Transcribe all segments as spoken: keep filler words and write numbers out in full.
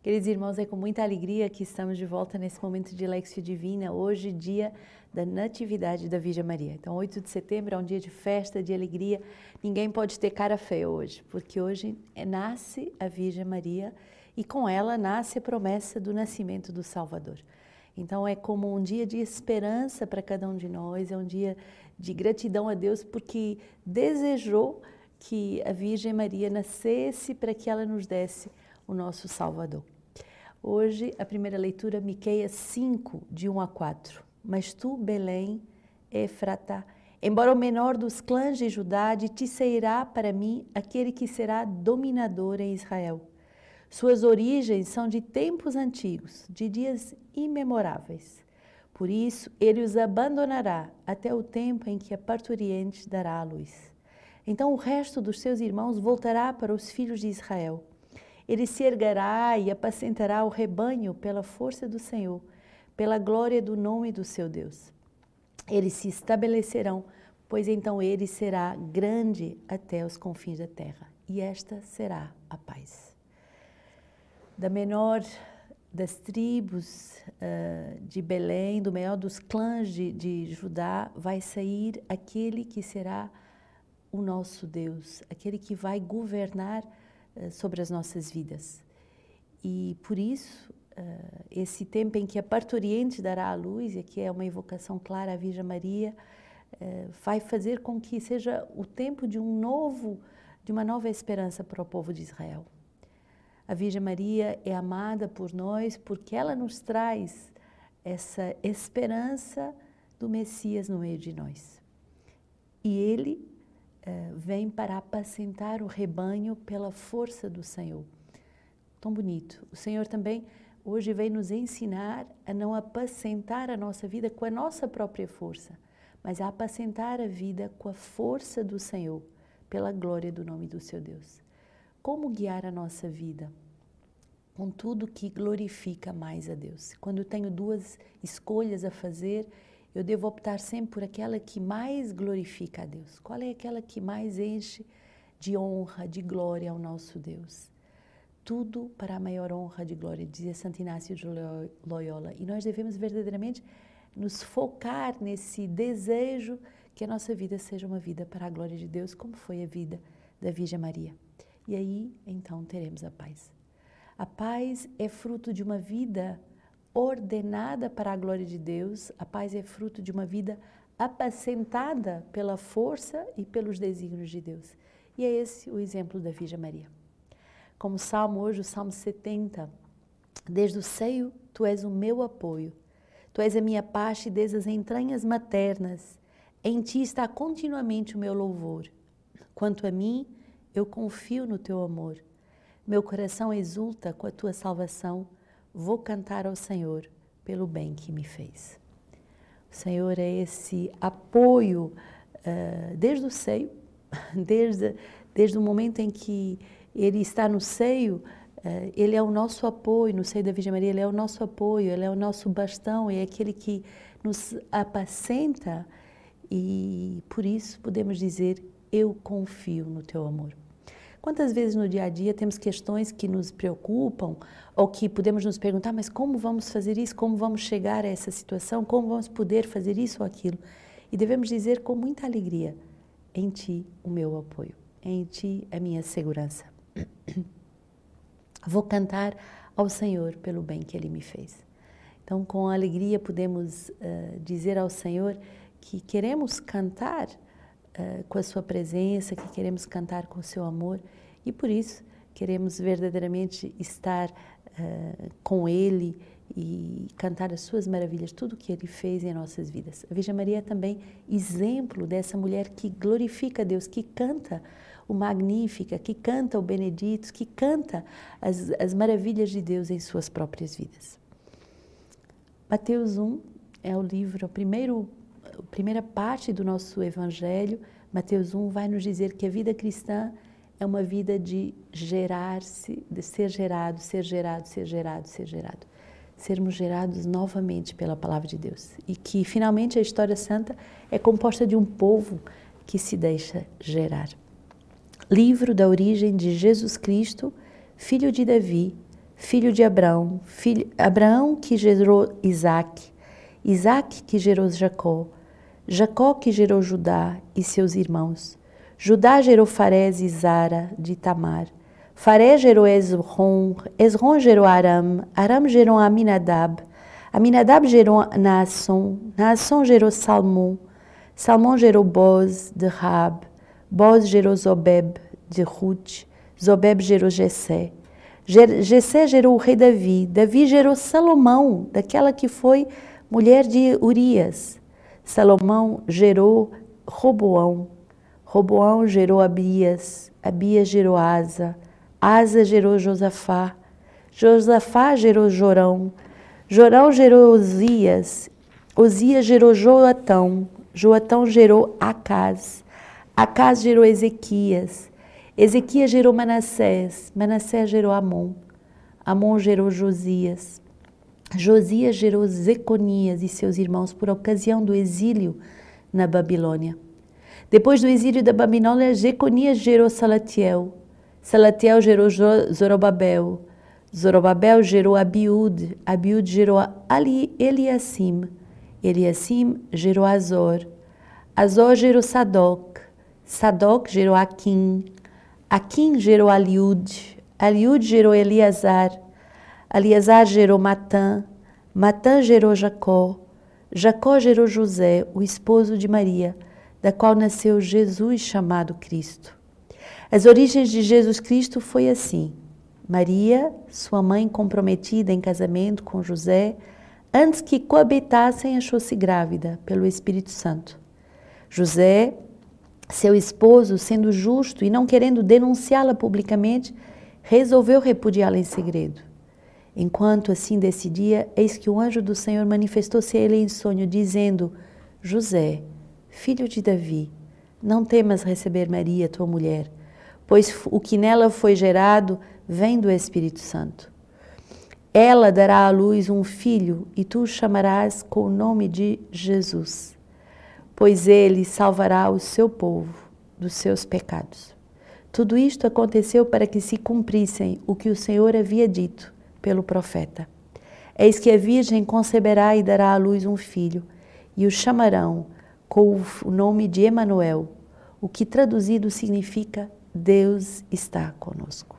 Queridos irmãos, é com muita alegria que estamos de volta nesse momento de Lexio Divina, hoje dia da Natividade da Virgem Maria. Então, oito de setembro é um dia de festa, de alegria, ninguém pode ter cara feia hoje, porque hoje nasce a Virgem Maria e com ela nasce a promessa do nascimento do Salvador. Então, é como um dia de esperança para cada um de nós, é um dia de gratidão a Deus, porque desejou que a Virgem Maria nascesse para que ela nos desse o nosso Salvador. Hoje, a primeira leitura, Miqueias cinco, de um a quatro. Mas tu, Belém, Efratá, embora o menor dos clãs de Judá, de ti sairá para mim aquele que será dominador em Israel. Suas origens são de tempos antigos, de dias imemoráveis. Por isso, ele os abandonará até o tempo em que a parturiente dará à luz. Então o resto dos seus irmãos voltará para os filhos de Israel. Ele se erguerá e apacentará o rebanho pela força do Senhor, pela glória do nome do seu Deus. Eles se estabelecerão, pois então ele será grande até os confins da terra, e esta será a paz. Da menor das tribos uh, de Belém, do maior dos clãs de, de Judá, vai sair aquele que será o nosso Deus, aquele que vai governar sobre as nossas vidas. E por isso, uh, esse tempo em que a parturiente dará à luz, e aqui é uma evocação clara à Virgem Maria, uh, vai fazer com que seja o tempo de um novo, de uma nova esperança para o povo de Israel. A Virgem Maria é amada por nós porque ela nos traz essa esperança do Messias no meio de nós. E ele Uh, vem para apacentar o rebanho pela força do Senhor. Tão bonito. O Senhor também hoje vem nos ensinar a não apacentar a nossa vida com a nossa própria força, mas a apacentar a vida com a força do Senhor, pela glória do nome do seu Deus. Como guiar a nossa vida? Com tudo que glorifica mais a Deus. Quando eu tenho duas escolhas a fazer, eu devo optar sempre por aquela que mais glorifica a Deus. Qual é aquela que mais enche de honra, de glória ao nosso Deus? Tudo para a maior honra de glória, dizia Santo Inácio de Loyola. E nós devemos verdadeiramente nos focar nesse desejo que a nossa vida seja uma vida para a glória de Deus, como foi a vida da Virgem Maria. E aí, então, teremos a paz. A paz é fruto de uma vida ordenada para a glória de Deus. A paz é fruto de uma vida apacentada pela força e pelos desígnios de Deus. E é esse o exemplo da Virgem Maria. Como salmo hoje, o Salmo setenta, desde o seio tu és o meu apoio, tu és a minha parte desde as entranhas maternas, em ti está continuamente o meu louvor. Quanto a mim, eu confio no teu amor, meu coração exulta com a tua salvação. Vou cantar ao Senhor pelo bem que me fez. O Senhor é esse apoio uh, desde o seio, desde, desde o momento em que Ele está no seio, uh, Ele é o nosso apoio, no seio da Virgem Maria, Ele é o nosso apoio, Ele é o nosso bastão, é aquele que nos apacenta e por isso podemos dizer, eu confio no teu amor. Quantas vezes no dia a dia temos questões que nos preocupam ou que podemos nos perguntar, mas como vamos fazer isso? Como vamos chegar a essa situação? Como vamos poder fazer isso ou aquilo? E devemos dizer com muita alegria, em ti o meu apoio, em ti a minha segurança. Vou cantar ao Senhor pelo bem que Ele me fez. Então, com alegria podemos uh, dizer ao Senhor que queremos cantar Uh, com a sua presença, que queremos cantar com o seu amor e por isso queremos verdadeiramente estar uh, com Ele e cantar as suas maravilhas, tudo o que Ele fez em nossas vidas. A Virgem Maria é também exemplo dessa mulher que glorifica a Deus, que canta o Magnífica, que canta o Benedito, que canta as, as maravilhas de Deus em suas próprias vidas. Mateus um é o livro, o primeiro A primeira parte do nosso Evangelho, Mateus um, vai nos dizer que a vida cristã é uma vida de gerar-se, de ser gerado, ser gerado, ser gerado, ser gerado. Sermos gerados novamente pela Palavra de Deus. E que, finalmente, a história santa é composta de um povo que se deixa gerar. Livro da origem de Jesus Cristo, filho de Davi, filho de Abraão, filho, Abraão que gerou Isaque, Isaque que gerou Jacó, Jacó que gerou Judá e seus irmãos. Judá gerou Farés e Zara de Tamar. Farés gerou Esrom, Esrom gerou Aram, Aram gerou Aminadab, Aminadab gerou Naasson, Naasson gerou Salmão, Salmão gerou Boz de Rab, Boz gerou Zobeb de Ruth, Zobeb gerou Jessé. Jessé gerou o rei Davi, Davi gerou Salomão, daquela que foi mulher de Urias. Salomão gerou Roboão, Roboão gerou Abias, Abias gerou Asa, Asa gerou Josafá, Josafá gerou Jorão, Jorão gerou Osias, Osias gerou Joatão, Joatão gerou Acaz, Acaz gerou Ezequias, Ezequias gerou Manassés, Manassés gerou Amon, Amon gerou Josias, Josias gerou Zeconias e seus irmãos por ocasião do exílio na Babilônia. Depois do exílio da Babilônia, Jeconias gerou Salatiel, Salatiel gerou Zorobabel, Zorobabel gerou Abiúde, Abiúde gerou Eliacim, Eliacim gerou Azor, Azor gerou Sadoc, Sadoc gerou Aquim, Aquim gerou Aliúde, Aliúde gerou Eleazar, Eleazar gerou Matã, Matã gerou Jacó, Jacó gerou José, o esposo de Maria, da qual nasceu Jesus chamado Cristo. As origens de Jesus Cristo foi assim: Maria, sua mãe comprometida em casamento com José, antes que coabitassem, achou-se grávida pelo Espírito Santo. José, seu esposo, sendo justo e não querendo denunciá-la publicamente, resolveu repudiá-la em segredo. Enquanto assim decidia, eis que o anjo do Senhor manifestou-se a ele em sonho, dizendo: José, filho de Davi, não temas receber Maria, tua mulher, pois o que nela foi gerado vem do Espírito Santo. Ela dará à luz um filho e tu o chamarás com o nome de Jesus, pois ele salvará o seu povo dos seus pecados. Tudo isto aconteceu para que se cumprissem o que o Senhor havia dito pelo profeta. Eis que a virgem conceberá e dará à luz um filho, e o chamarão com o nome de Emanuel, o que traduzido significa Deus está conosco.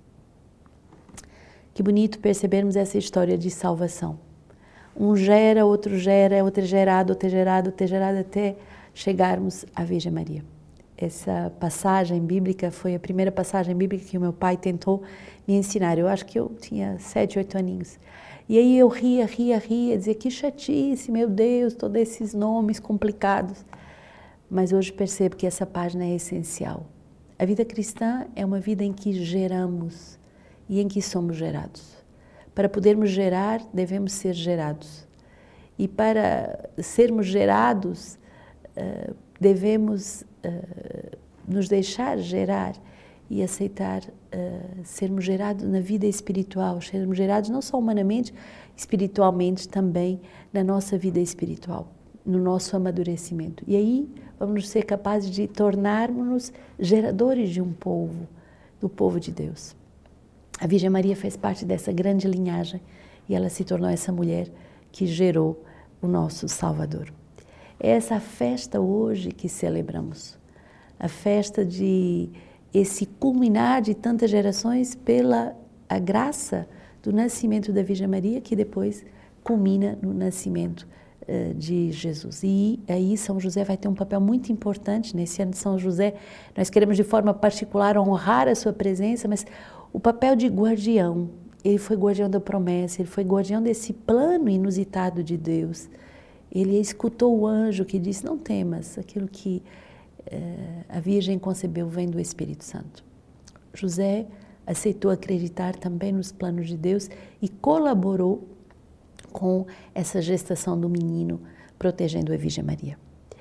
Que bonito percebermos essa história de salvação. Um gera, outro gera, outro é gerado, outro é gerado, outro é gerado, até chegarmos à Virgem Maria. Essa passagem bíblica foi a primeira passagem bíblica que o meu pai tentou me ensinar. Eu acho que eu tinha sete, oito aninhos. E aí eu ria, ria, ria, dizia que chatice, meu Deus, todos esses nomes complicados. Mas hoje percebo que essa página é essencial. A vida cristã é uma vida em que geramos e em que somos gerados. Para podermos gerar, devemos ser gerados. E para sermos gerados, uh, devemos uh, nos deixar gerar e aceitar uh, sermos gerados na vida espiritual, sermos gerados não só humanamente, espiritualmente também na nossa vida espiritual, no nosso amadurecimento. E aí vamos ser capazes de tornarmos-nos geradores de um povo, do povo de Deus. A Virgem Maria fez parte dessa grande linhagem e ela se tornou essa mulher que gerou o nosso Salvador. É essa festa hoje que celebramos, a festa de esse culminar de tantas gerações pela a graça do nascimento da Virgem Maria, que depois culmina no nascimento uh, de Jesus. E aí São José vai ter um papel muito importante nesse ano de São José. Nós queremos de forma particular honrar a sua presença, mas o papel de guardião, ele foi guardião da promessa, ele foi guardião desse plano inusitado de Deus. Ele escutou o anjo que disse: não temas, aquilo que eh, a Virgem concebeu vem do Espírito Santo. José aceitou acreditar também nos planos de Deus e colaborou com essa gestação do menino, protegendo a Virgem Maria.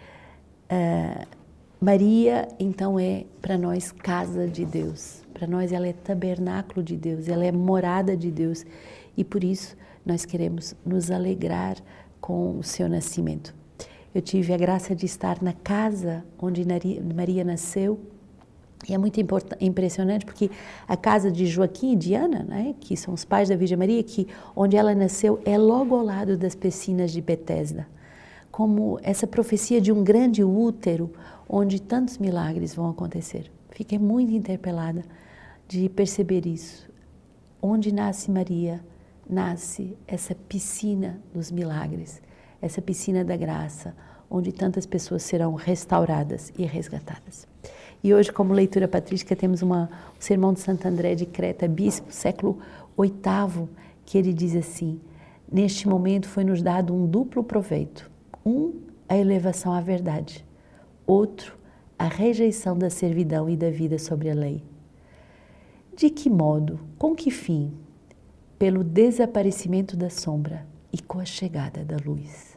Uh, Maria, então, é para nós casa de Deus. Para nós ela é tabernáculo de Deus, ela é morada de Deus. E por isso nós queremos nos alegrar com o seu nascimento. Eu tive a graça de estar na casa onde Maria nasceu E é muito impressionante porque a casa de Joaquim e Diana, né, que são os pais da Virgem Maria, que onde ela nasceu é logo ao lado das piscinas de Betesda. Como essa profecia de um grande útero onde tantos milagres vão acontecer. Fiquei muito interpelada de perceber isso. Onde nasce Maria, nasce essa piscina dos milagres, essa piscina da graça, onde tantas pessoas serão restauradas e resgatadas. E hoje, como leitura patrística, temos uma, um sermão de Santo André de Creta, bispo, século oitavo, que ele diz assim: neste momento foi-nos dado um duplo proveito. Um, a elevação à verdade. Outro, a rejeição da servidão e da vida sobre a lei. De que modo, com que fim? Pelo desaparecimento da sombra e com a chegada da luz.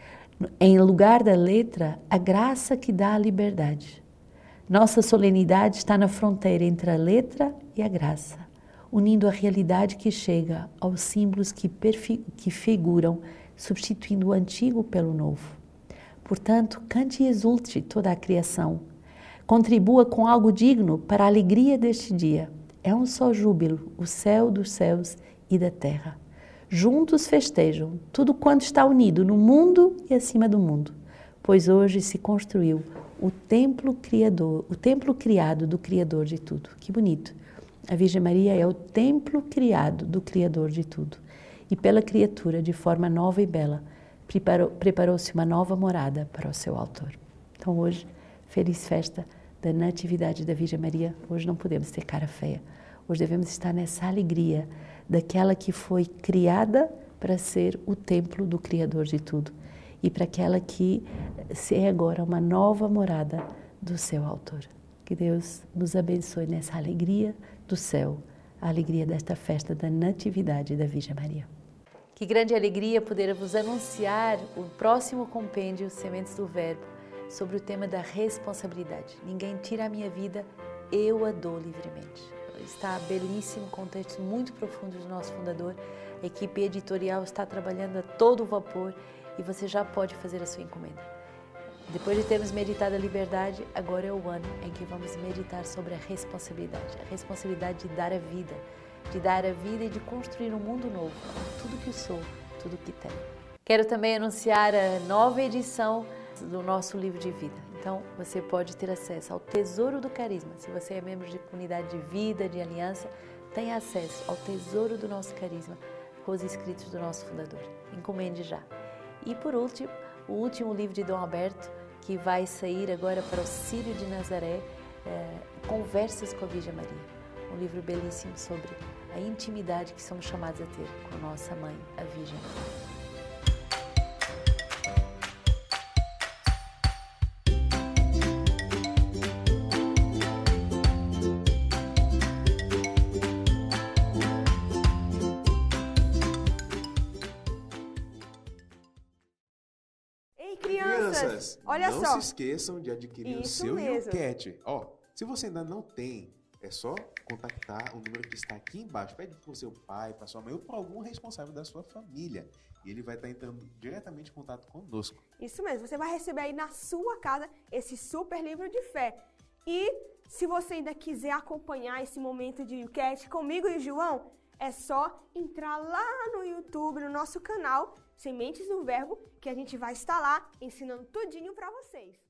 Em lugar da letra, a graça que dá a liberdade. Nossa solenidade está na fronteira entre a letra e a graça, unindo a realidade que chega aos símbolos que, que figuram, substituindo o antigo pelo novo. Portanto, cante e exulte toda a criação. Contribua com algo digno para a alegria deste dia. É um só júbilo, o céu dos céus e da terra. Juntos festejam tudo quanto está unido no mundo e acima do mundo, pois hoje se construiu o templo criador, o templo criado do Criador de tudo. Que bonito! A Virgem Maria é o templo criado do Criador de tudo. E pela criatura, de forma nova e bela, preparou, preparou-se uma nova morada para o seu autor. Então hoje, feliz festa da Natividade da Virgem Maria. Hoje não podemos ter cara feia. Hoje devemos estar nessa alegria daquela que foi criada para ser o templo do Criador de tudo. E para aquela que é agora uma nova morada do seu autor. Que Deus nos abençoe nessa alegria do céu, a alegria desta festa da Natividade da Virgem Maria. Que grande alegria poder vos anunciar o próximo compêndio Sementes do Verbo sobre o tema da responsabilidade. Ninguém tira a minha vida, eu a dou livremente. Está belíssimo, com textos muito profundos do nosso fundador. A equipe editorial está trabalhando a todo vapor e você já pode fazer a sua encomenda. Depois de termos meditado a liberdade, agora é o ano em que vamos meditar sobre a responsabilidade. A responsabilidade de dar a vida, de dar a vida e de construir um mundo novo, tudo que sou, tudo que tenho. Quero também anunciar a nova edição do nosso livro de vida. Então, você pode ter acesso ao Tesouro do Carisma. Se você é membro de comunidade de vida, de aliança, tem acesso ao Tesouro do nosso Carisma com os escritos do nosso fundador. Encomende já. E por último, o último livro de Dom Alberto, que vai sair agora para o Círio de Nazaré, é, Conversas com a Virgem Maria. Um livro belíssimo sobre a intimidade que somos chamados a ter com nossa mãe, a Virgem Maria. Crianças, olha não só. se esqueçam de adquirir Isso o seu mesmo. YouCat. Ó, se você ainda não tem, é só contactar o número que está aqui embaixo. Pede para o seu pai, para sua mãe ou para algum responsável da sua família. E ele vai estar entrando diretamente em contato conosco. Isso mesmo, você vai receber aí na sua casa esse super livro de fé. E se você ainda quiser acompanhar esse momento de YouCat comigo e o João, é só entrar lá no YouTube, no nosso canal Sementes do Verbo, que a gente vai estar lá ensinando tudinho para vocês.